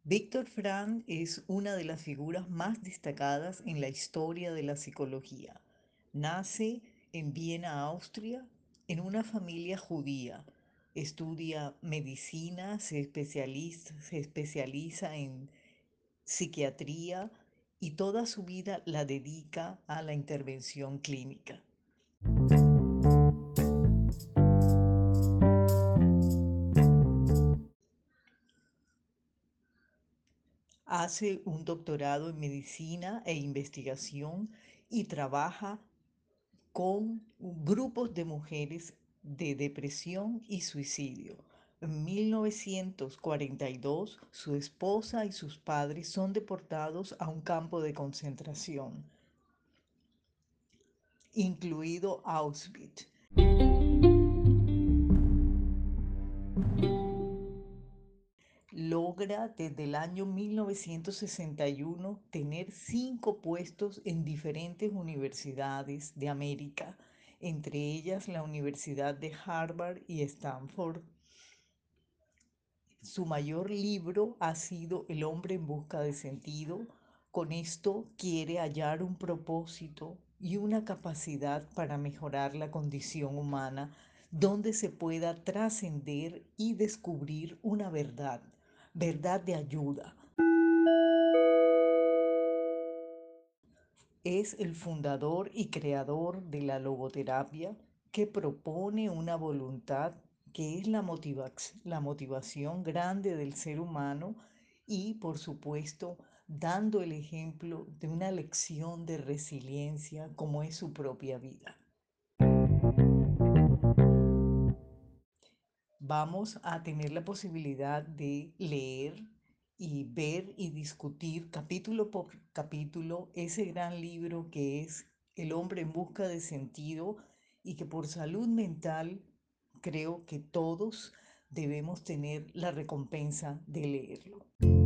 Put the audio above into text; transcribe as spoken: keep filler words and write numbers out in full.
Viktor Frankl es una de las figuras más destacadas en la historia de la psicología. Nace en Viena, Austria, en una familia judía. Estudia medicina, se especializa, se especializa en psiquiatría y toda su vida la dedica a la intervención clínica. Hace un doctorado en medicina e investigación y trabaja con grupos de mujeres de depresión y suicidio. En mil novecientos cuarenta y dos, su esposa y sus padres son deportados a un campo de concentración, incluido Auschwitz. Logra desde el año mil novecientos sesenta y uno tener cinco puestos en diferentes universidades de América, entre ellas la Universidad de Harvard y Stanford. Su mayor libro ha sido El hombre en busca de sentido. Con esto quiere hallar un propósito y una capacidad para mejorar la condición humana, donde se pueda trascender y descubrir una verdad, verdad de ayuda. Es el fundador y creador de la logoterapia, que propone una voluntad que es la motivac- la motivación grande del ser humano y, por supuesto, dando el ejemplo de una lección de resiliencia como es su propia vida. Vamos a tener la posibilidad de leer y ver y discutir capítulo por capítulo ese gran libro que es El hombre en busca de sentido, y que por salud mental creo que todos debemos tener la recompensa de leerlo.